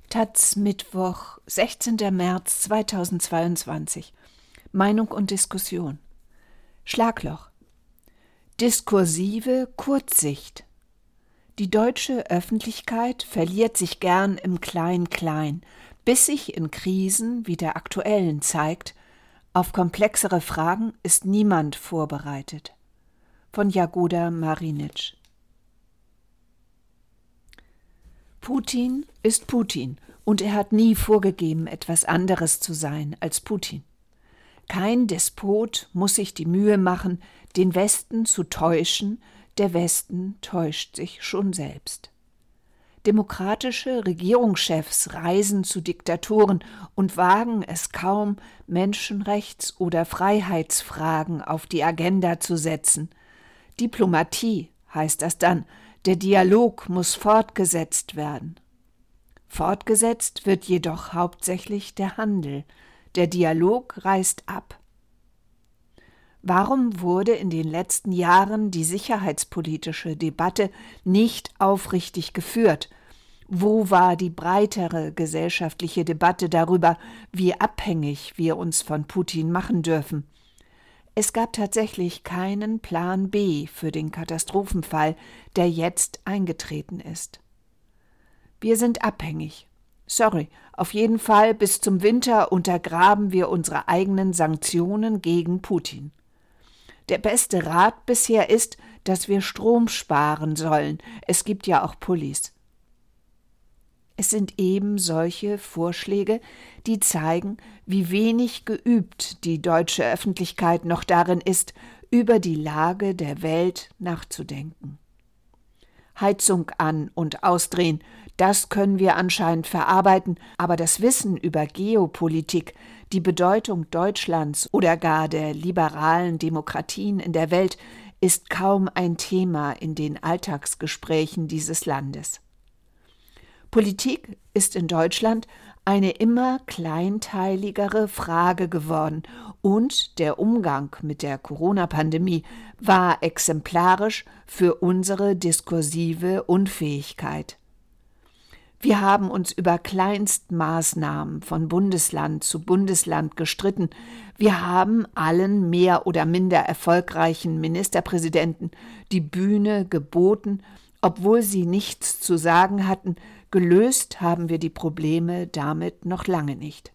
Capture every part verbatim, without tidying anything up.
Taz, Mittwoch, sechzehnter März zweitausendzweiundzwanzig. Meinung und Diskussion. Schlagloch. Diskursive Kurzsicht. Die deutsche Öffentlichkeit verliert sich gern im Klein-Klein, bis sich in Krisen wie der aktuellen zeigt, auf komplexere Fragen ist niemand vorbereitet. Von Jagoda Marinic. Putin ist Putin und er hat nie vorgegeben, etwas anderes zu sein als Putin. Kein Despot muss sich die Mühe machen, den Westen zu täuschen, der Westen täuscht sich schon selbst. Demokratische Regierungschefs reisen zu Diktatoren und wagen es kaum, Menschenrechts- oder Freiheitsfragen auf die Agenda zu setzen. Diplomatie heißt das dann, der Dialog muss fortgesetzt werden. Fortgesetzt wird jedoch hauptsächlich der Handel. Der Dialog reißt ab. Warum wurde in den letzten Jahren die sicherheitspolitische Debatte nicht aufrichtig geführt? Wo war die breitere gesellschaftliche Debatte darüber, wie abhängig wir uns von Putin machen dürfen? Es gab tatsächlich keinen Plan B für den Katastrophenfall, der jetzt eingetreten ist. Wir sind abhängig. Sorry, auf jeden Fall bis zum Winter untergraben wir unsere eigenen Sanktionen gegen Putin. Der beste Rat bisher ist, dass wir Strom sparen sollen. Es gibt ja auch Pullis. Es sind eben solche Vorschläge, die zeigen, wie wenig geübt die deutsche Öffentlichkeit noch darin ist, über die Lage der Welt nachzudenken. Heizung an und ausdrehen, das können wir anscheinend verarbeiten, aber das Wissen über Geopolitik, die Bedeutung Deutschlands oder gar der liberalen Demokratien in der Welt ist kaum ein Thema in den Alltagsgesprächen dieses Landes. Politik ist in Deutschland eine immer kleinteiligere Frage geworden und der Umgang mit der Corona-Pandemie war exemplarisch für unsere diskursive Unfähigkeit. Wir haben uns über Kleinstmaßnahmen von Bundesland zu Bundesland gestritten. Wir haben allen mehr oder minder erfolgreichen Ministerpräsidenten die Bühne geboten, obwohl sie nichts zu sagen hatten. Gelöst haben wir die Probleme damit noch lange nicht.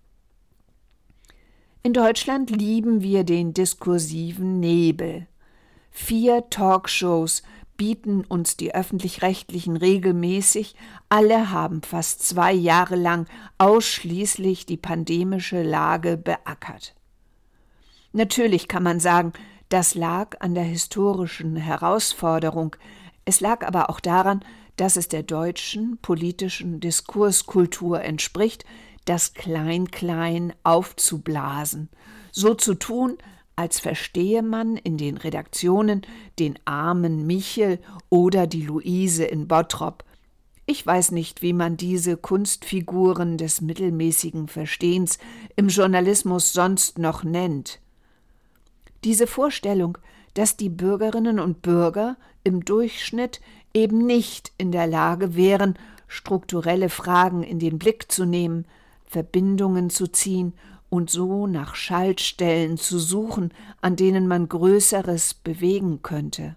In Deutschland lieben wir den diskursiven Nebel. Vier Talkshows bieten uns die Öffentlich-Rechtlichen regelmäßig. Alle haben fast zwei Jahre lang ausschließlich die pandemische Lage beackert. Natürlich kann man sagen, das lag an der historischen Herausforderung. Es lag aber auch daran, dass es der deutschen politischen Diskurskultur entspricht, das Klein-Klein aufzublasen, so zu tun, als verstehe man in den Redaktionen den armen Michel oder die Luise in Bottrop. Ich weiß nicht, wie man diese Kunstfiguren des mittelmäßigen Verstehens im Journalismus sonst noch nennt. Diese Vorstellung, dass die Bürgerinnen und Bürger im Durchschnitt eben nicht in der Lage wären, strukturelle Fragen in den Blick zu nehmen, Verbindungen zu ziehen und so nach Schaltstellen zu suchen, an denen man Größeres bewegen könnte.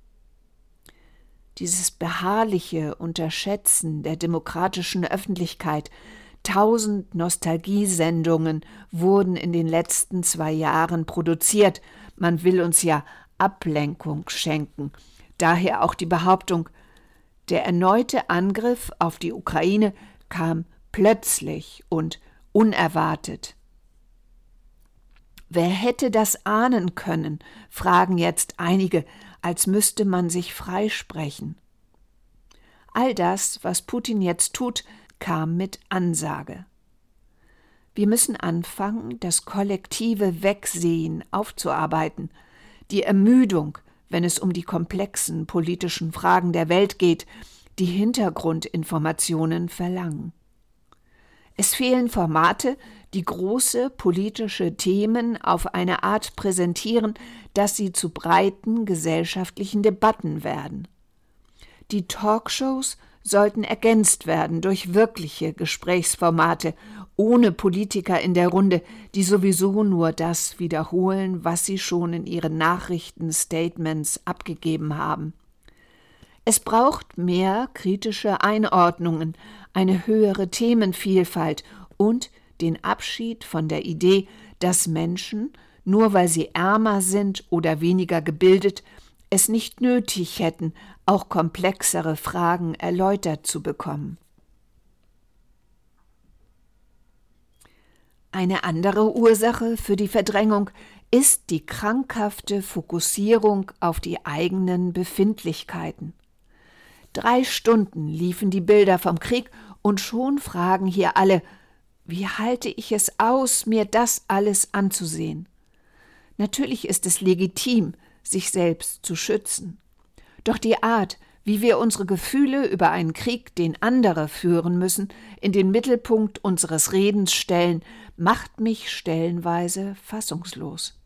Dieses beharrliche Unterschätzen der demokratischen Öffentlichkeit, tausend Nostalgiesendungen wurden in den letzten zwei Jahren produziert, man will uns ja Ablenkung schenken. Daher auch die Behauptung, der erneute Angriff auf die Ukraine kam plötzlich und unerwartet. Wer hätte das ahnen können, fragen jetzt einige, als müsste man sich freisprechen. All das, was Putin jetzt tut, kam mit Ansage. Wir müssen anfangen, das kollektive Wegsehen aufzuarbeiten, die Ermüdung, wenn es um die komplexen politischen Fragen der Welt geht, die Hintergrundinformationen verlangen. Es fehlen Formate, die große politische Themen auf eine Art präsentieren, dass sie zu breiten gesellschaftlichen Debatten werden. Die Talkshows sollten ergänzt werden durch wirkliche Gesprächsformate, ohne Politiker in der Runde, die sowieso nur das wiederholen, was sie schon in ihren Nachrichtenstatements abgegeben haben. Es braucht mehr kritische Einordnungen, eine höhere Themenvielfalt und den Abschied von der Idee, dass Menschen, nur weil sie ärmer sind oder weniger gebildet, es nicht nötig hätten, auch komplexere Fragen erläutert zu bekommen. Eine andere Ursache für die Verdrängung ist die krankhafte Fokussierung auf die eigenen Befindlichkeiten. Drei Stunden liefen die Bilder vom Krieg und schon fragen hier alle, wie halte ich es aus, mir das alles anzusehen? Natürlich ist es legitim, sich selbst zu schützen. Doch die Art, wie wir unsere Gefühle über einen Krieg, den andere führen müssen, in den Mittelpunkt unseres Redens stellen, macht mich stellenweise fassungslos.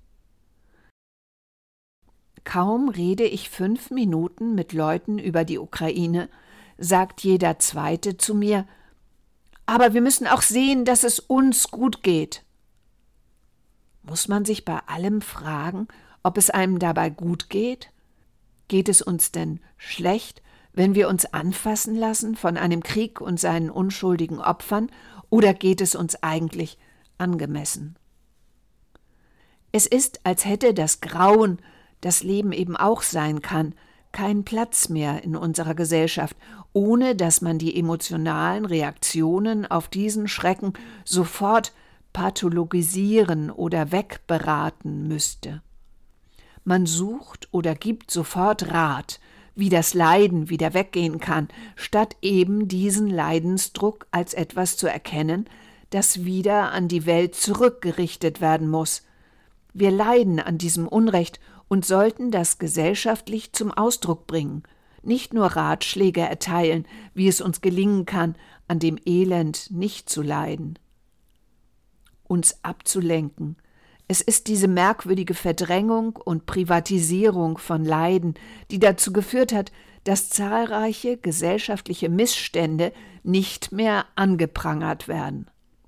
Kaum rede ich fünf Minuten mit Leuten über die Ukraine, sagt jeder Zweite zu mir, aber wir müssen auch sehen, dass es uns gut geht. Muss man sich bei allem fragen, ob es einem dabei gut geht? Geht es uns denn schlecht, wenn wir uns anfassen lassen von einem Krieg und seinen unschuldigen Opfern, oder geht es uns eigentlich angemessen? Es ist, als hätte das Grauen, das Leben eben auch sein kann, keinen Platz mehr in unserer Gesellschaft, ohne dass man die emotionalen Reaktionen auf diesen Schrecken sofort pathologisieren oder wegberaten müsste. Man sucht oder gibt sofort Rat, wie das Leiden wieder weggehen kann, statt eben diesen Leidensdruck als etwas zu erkennen, das wieder an die Welt zurückgerichtet werden muss. Wir leiden an diesem Unrecht und sollten das gesellschaftlich zum Ausdruck bringen, nicht nur Ratschläge erteilen, wie es uns gelingen kann, an dem Elend nicht zu leiden. Uns abzulenken. Es ist diese merkwürdige Verdrängung und Privatisierung von Leiden, die dazu geführt hat, dass zahlreiche gesellschaftliche Missstände nicht mehr angeprangert werden.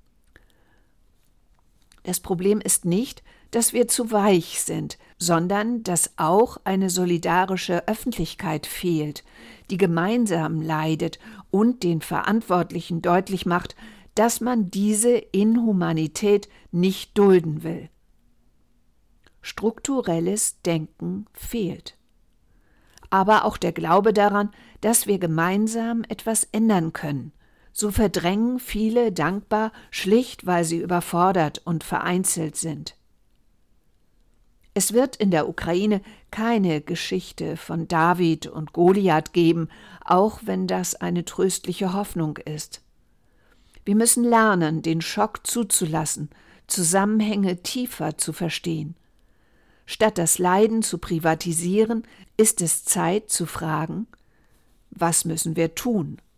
Das Problem ist nicht, dass wir zu weich sind, sondern dass auch eine solidarische Öffentlichkeit fehlt, die gemeinsam leidet und den Verantwortlichen deutlich macht, dass man diese Inhumanität nicht dulden will. Strukturelles Denken fehlt. Aber auch der Glaube daran, dass wir gemeinsam etwas ändern können. So verdrängen viele dankbar, schlicht weil sie überfordert und vereinzelt sind. Es wird in der Ukraine keine Geschichte von David und Goliath geben, auch wenn das eine tröstliche Hoffnung ist. Wir müssen lernen, den Schock zuzulassen, Zusammenhänge tiefer zu verstehen. Statt das Leiden zu privatisieren, ist es Zeit zu fragen, was müssen wir tun?